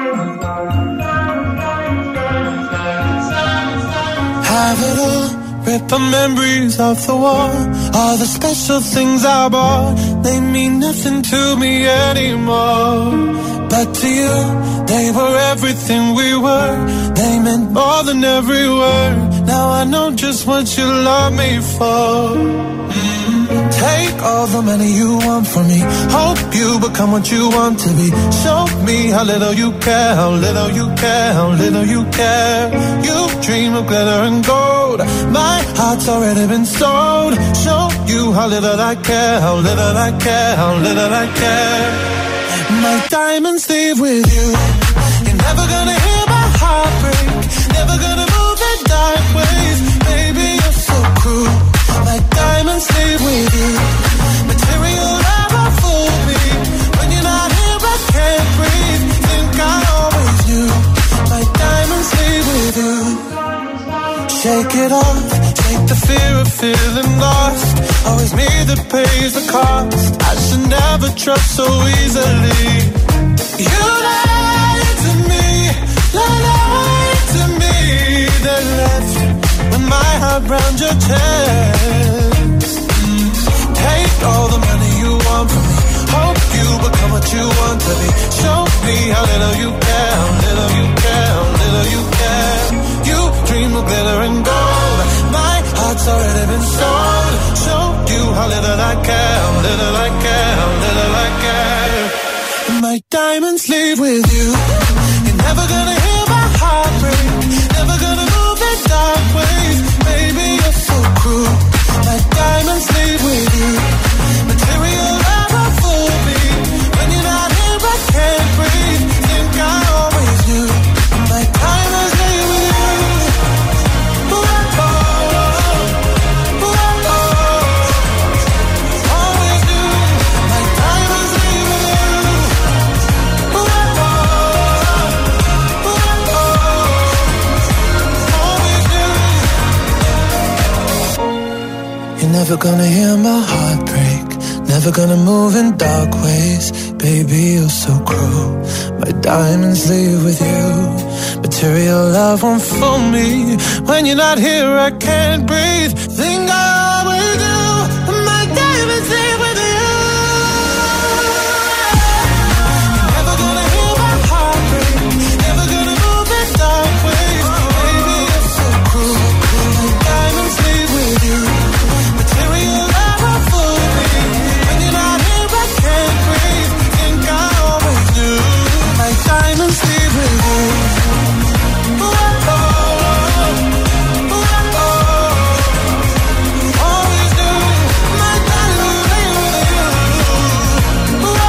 [SPEAKER 8] Have it all rip the memories of the war. All the special things I bought, they mean nothing to me anymore. But to you, they were everything we were. They meant more than every word. Now I know just what you love me for. Take all the money you want from me. Hope you become what you want to be. Show me how little you care, how little you care, how little you care. You dream of glitter and gold. My heart's already been sold. Show you how little I care, how little I care, how little I care. My diamonds leave with you. You're never gonna hear my heart break. Never gonna move in dark ways. Baby, you're so cruel. My diamonds leave with you. Material never fooled me. When you're not here, I can't breathe. Think I always knew. My diamonds leave with you. Shake it off. Take the fear of feeling lost. Always me that pays the cost. I should never trust so easily. You lied to me. Lied to me. Then left with my heart round your chest. Take all the money you want from me. Hope you become what you want to be. Show me how little you care, how little you care, how little you care. You dream of glitter and gold. My heart's already been sold. Show you how little I care, how little I care, how little I care. My diamonds leave with you. You're never gonna hear my heart break. Never gonna move in dark ways. Baby, you're so cruel. My diamonds leave with you. Material never fooled me. When you're not here, I can't breathe. Think I always knew. My diamonds leave with you. Ooh, oh, ooh, oh. Always knew. My diamonds leave with you. Ooh, oh, ooh, oh. Always knew. You're never gonna hear my heart break. Never gonna move in dark ways. Baby, you're so cruel. My diamonds leave with you. Material love won't fool me. When you're not here, I can't breathe. Think I always do. My diamonds leave with you. You're never gonna hear my heart break. Never gonna move in dark ways. Baby, you're so cruel. My diamonds leave with you. Material love won't fool me. When you're not here, I can't breathe. Think I always knew. My diamonds leave with you. Ooh, oh, ooh, oh, always knew. My diamonds leave with you. Ooh, oh,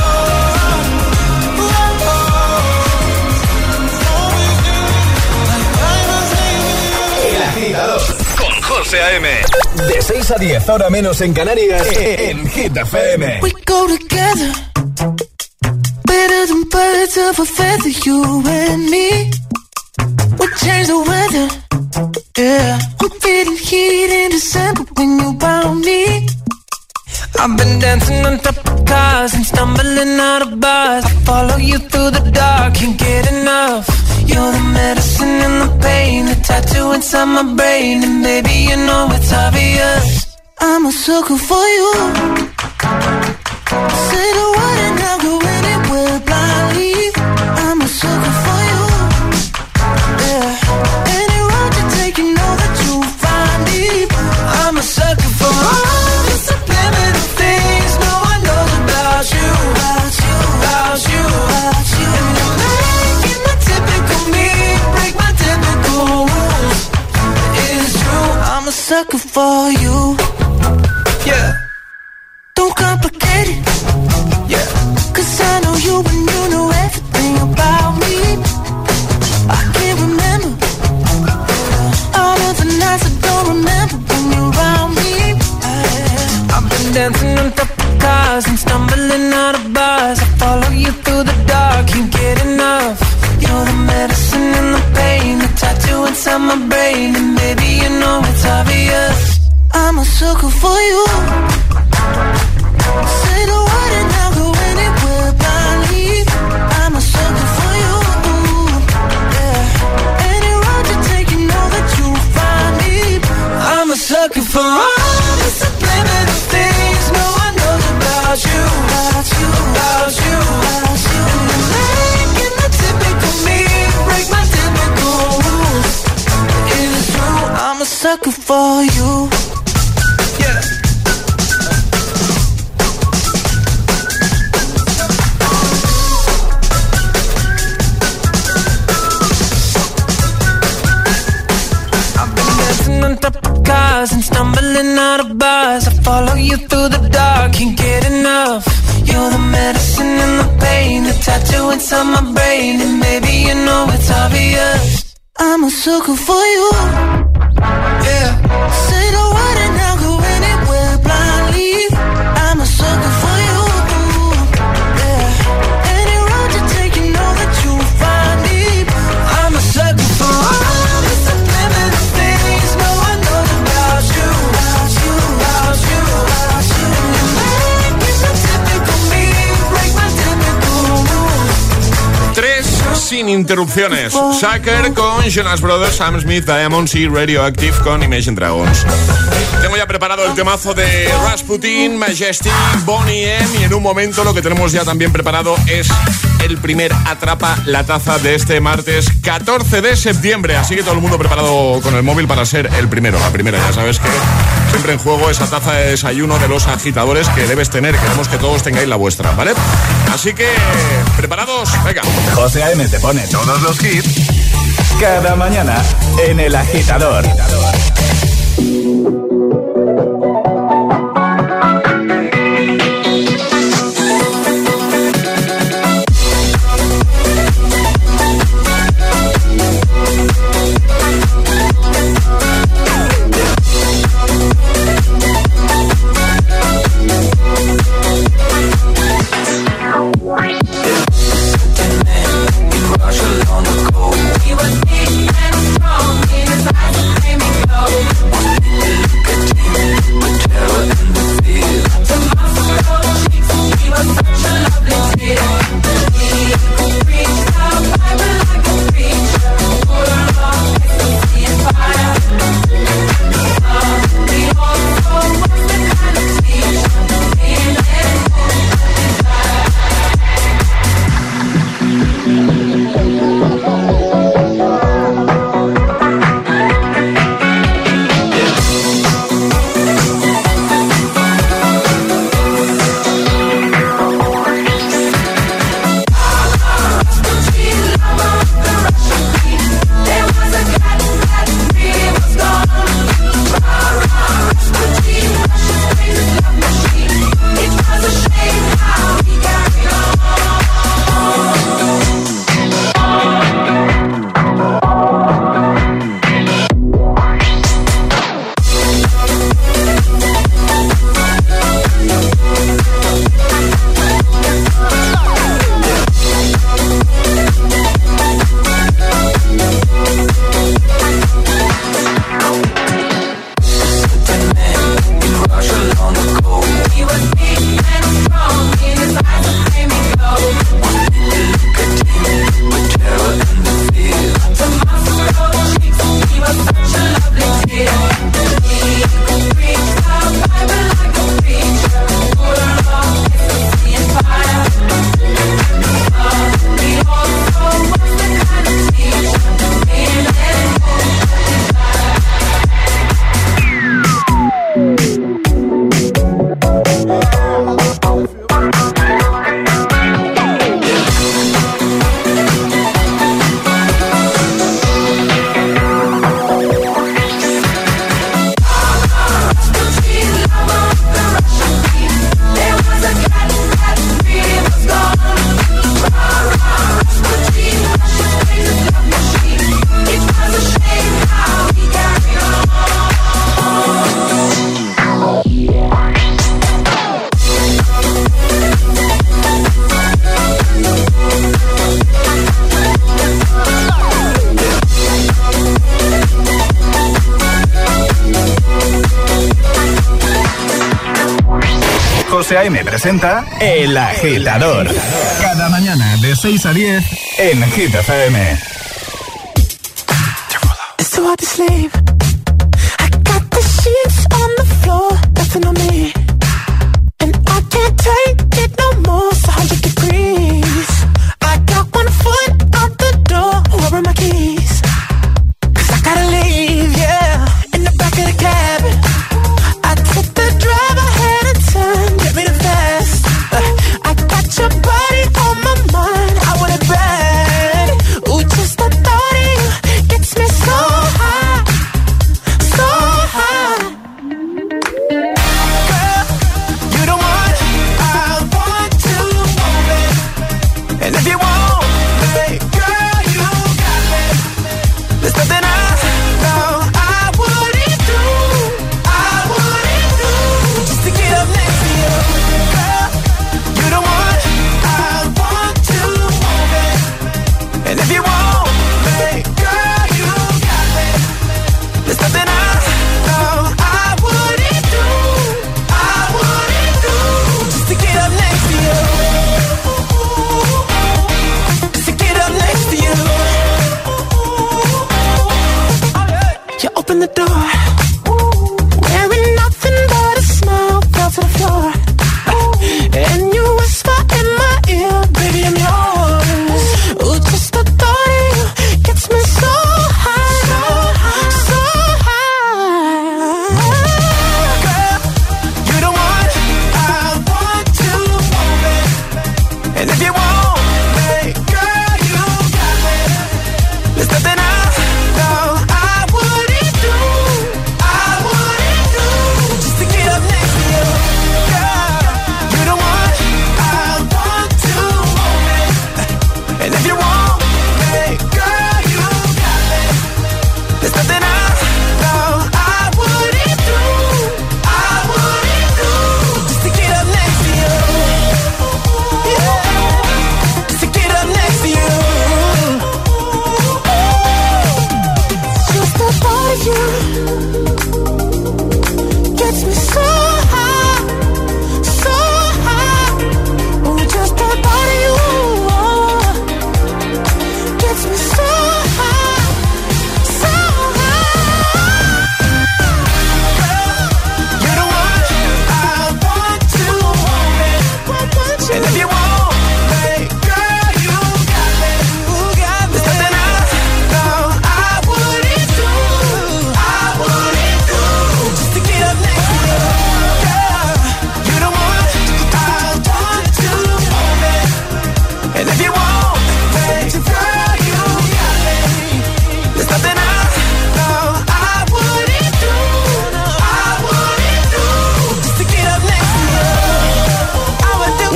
[SPEAKER 8] ooh, always knew. My diamonds leave with you.
[SPEAKER 1] El Agitador con José A.M. De 6 a 10, hora menos en Canarias, en Hit FM.
[SPEAKER 8] We go together, better than birds of a feather, you and me. We change the weather, yeah. I'm feeling heat in December when you found me. I've been dancing on top of cars and stumbling out of bars. I follow you through the dark, can't get enough. You're the medicine and the pain, the tattoo inside my brain. And baby, you know it's obvious, I'm a sucker for you. Say the word and I'll go anywhere blindly. I'm a sucker for you, yeah. Any road you take, you know that you'll find me. I'm a sucker for all the subliminal things no one knows about you, about you, about you, about you. And you're making my typical me break my typical rules. It's true, I'm a sucker for you, yeah. Don't complicate it, yeah. 'Cause I know you and you know everything about me. I can't remember all of the nights I don't remember when you're around me. I've been dancing on top of cars and stumbling out of bars. I follow you through the dark, can't get enough. You're the medicine and the pain, the tattoo inside my brain. And baby, you know it's obvious, I'm a sucker for you. Say the word and I'll go anywhere blindly. I'm a sucker for you, yeah. Any road you take, you know that you'll find me. I'm stars. I follow you through the dark, can't get enough. You're the medicine and the pain, the tattoo inside my brain, and maybe you know it's obvious. I'm a sucker for you. Yeah. Say the word and I'll go anywhere blindly. I'm a sucker for you. Yeah. Any road you take, you know that you'll find me. I'm a sucker for all the subliminal things no one knows about you. About you, about you, about you. You make me so typical me, break my typical rules.
[SPEAKER 2] 3 sin interrupciones. Sucker con Jonas Brothers, Sam Smith, Diamonds y Radioactive con Imagine Dragons. Tengo ya preparado el temazo de Rasputin, Majestic, Boney M, y en un momento lo que tenemos ya también preparado es el primer Atrapa la Taza de este martes 14 de septiembre. Así que todo el mundo preparado con el móvil para ser el primero, la primera. Ya sabes que siempre en juego esa taza de desayuno de los agitadores que debes tener. Queremos que todos tengáis la vuestra, ¿vale? Así que, ¿preparados? Venga.
[SPEAKER 1] José A.M. te pone todos los hits cada mañana en El Agitador. José A.M. presenta El Agitador. Cada mañana de 6 a 10 en Hit FM.
[SPEAKER 8] It's too hard to sleep. I got the sheets on the floor, nothing on me. And I can't take it no more, it's 100 degrees. I got 1 foot out the door, where are my keys? 'Cause I gotta leave, yeah. In the back of the cab, I took the drive ahead of time, get me the fast. I got your body on my mind, I want it bad. Ooh, just the thought of you gets me so high, so high.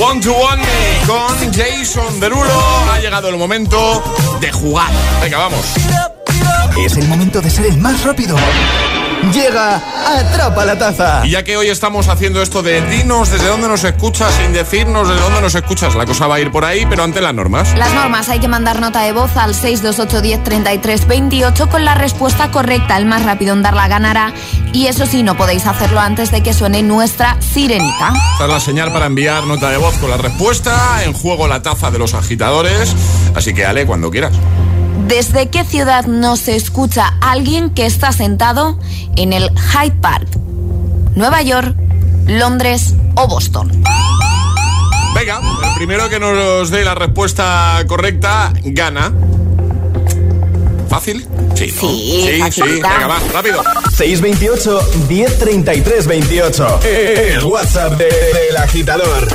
[SPEAKER 2] One to One con Jason Derulo. Ha llegado el momento de jugar. Venga, vamos.
[SPEAKER 1] Es el momento de ser el más rápido. Llega Atrapa la Taza.
[SPEAKER 2] Y ya que hoy estamos haciendo esto de dinos desde dónde nos escuchas sin decirnos desde dónde nos escuchas, la cosa va a ir por ahí, pero ante las normas.
[SPEAKER 7] Las normas, hay que mandar nota de voz al 628 10 33 28 con la respuesta correcta. El más rápido en darla ganará. Y eso sí, no podéis hacerlo antes de que suene nuestra sirenita.
[SPEAKER 2] Esta es la señal para enviar nota de voz con la respuesta. En juego la taza de los agitadores. Así que, Ale, cuando quieras.
[SPEAKER 7] ¿Desde qué ciudad nos escucha alguien que está sentado en el Hyde Park? ¿Nueva York, Londres o Boston?
[SPEAKER 2] Venga, el primero que nos dé la respuesta correcta gana. ¿Fácil? Sí, ¿no? Sí, venga, va, rápido.
[SPEAKER 1] 628 1033 28. El WhatsApp del agitador.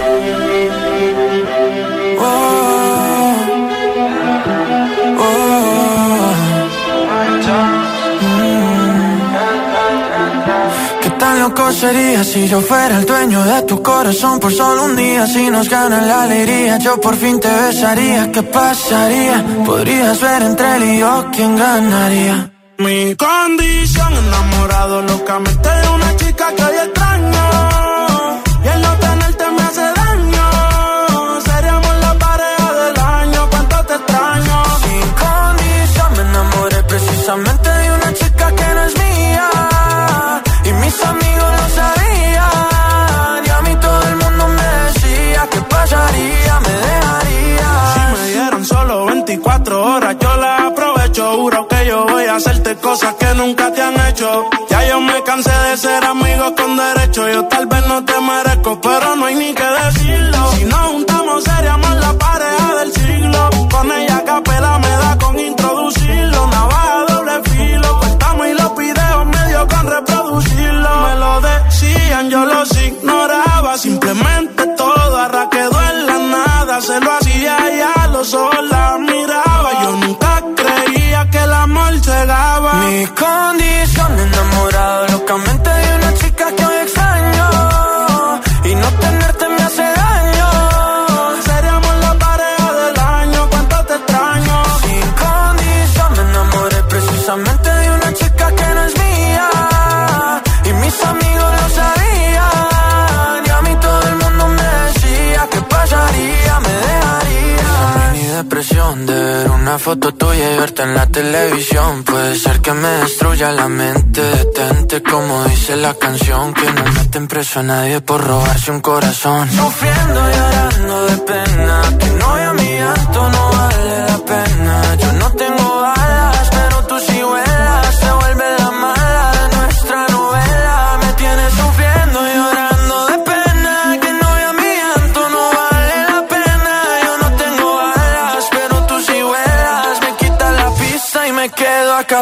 [SPEAKER 8] ¿Qué tan loco sería si yo fuera el dueño de tu corazón por solo un día? Si nos gana la alegría, yo por fin te besaría. ¿Qué pasaría? Podrías ver entre él y yo quién ganaría. Mi condición, enamorado locamente de una chica que hoy extraño. Y el no tenerte me hace daño. Seríamos la pareja del año, cuánto te extraño. Sin condición me enamoré precisamente de una chica que no es mía. Y mis amigos lo sabían. Y a mí todo el mundo me decía ¿qué pasaría? Me dejaría. Si me dieran solo 24 horas yo las aprovecho. Juro que yo voy a hacerte cosas que nunca te han hecho. Ya yo me cansé de ser amigos con derecho. Yo tal vez no te merezco, pero no hay ni que decirlo. Si nos juntamos seríamos la pareja del siglo. Con ella a capela me da con introducirlo. Navaja doble filo, cortamos y los videos medio con reproducirlo. Me lo decían, yo los ignoraba. Simplemente todo arraquedó en la nada. Se lo hacía y a los ojos la miraba. Yo nunca creía que el amor llegaba. Mi condición, enamorado locamente de una chica que hoy extraño. Y no tenerte me hace daño. Seríamos la pareja del año, cuánto te extraño. Sin condición me enamoré precisamente de una chica que no es mía. Y mis amigos lo sabían. Y a mí todo el mundo me decía ¿qué pasaría? Me dejaría. Ni depresión de ver una foto tuya y verte en la televisión. Puede ser que me destruya la mente. Detente como dice la canción. Que no meten preso a nadie por robarse un corazón. Sufriendo y llorando de pena. Que no vea mi llanto, no vale la pena. Yo no tengo alas, pero tú sí vuelas. Se vuelve la mala de nuestra novela. Me tienes sufriendo y llorando de pena. Que no vea mi llanto, no vale la pena. Yo no tengo alas, pero tú sí vuelas. Me quitas la pista y me quedo a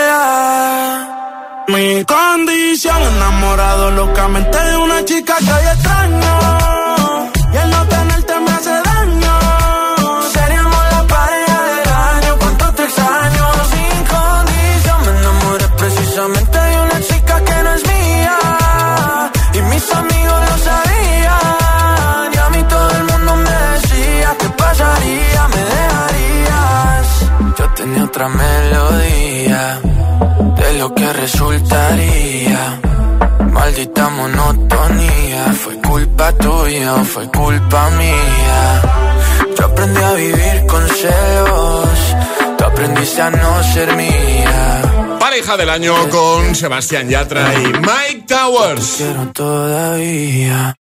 [SPEAKER 8] capela. Mi condición, enamorado locamente de una chica que hoy extraño. Y el no tenerte me hace daño. Seríamos la pareja del año, cuánto te extraño. Sin condición me enamoré precisamente de una chica que no es mía. Y mis amigos lo sabían. Y a mí todo el mundo me decía ¿qué pasaría? Me dejarías. Yo tenía otra melodía de lo que resultaría. Maldita monotonía. ¿Fue culpa tuya o fue culpa mía? Yo aprendí a vivir con celos. Tú aprendiste a no ser mía.
[SPEAKER 2] Pareja del año con Sebastián Yatra y Mike Towers.
[SPEAKER 8] Quiero todavía.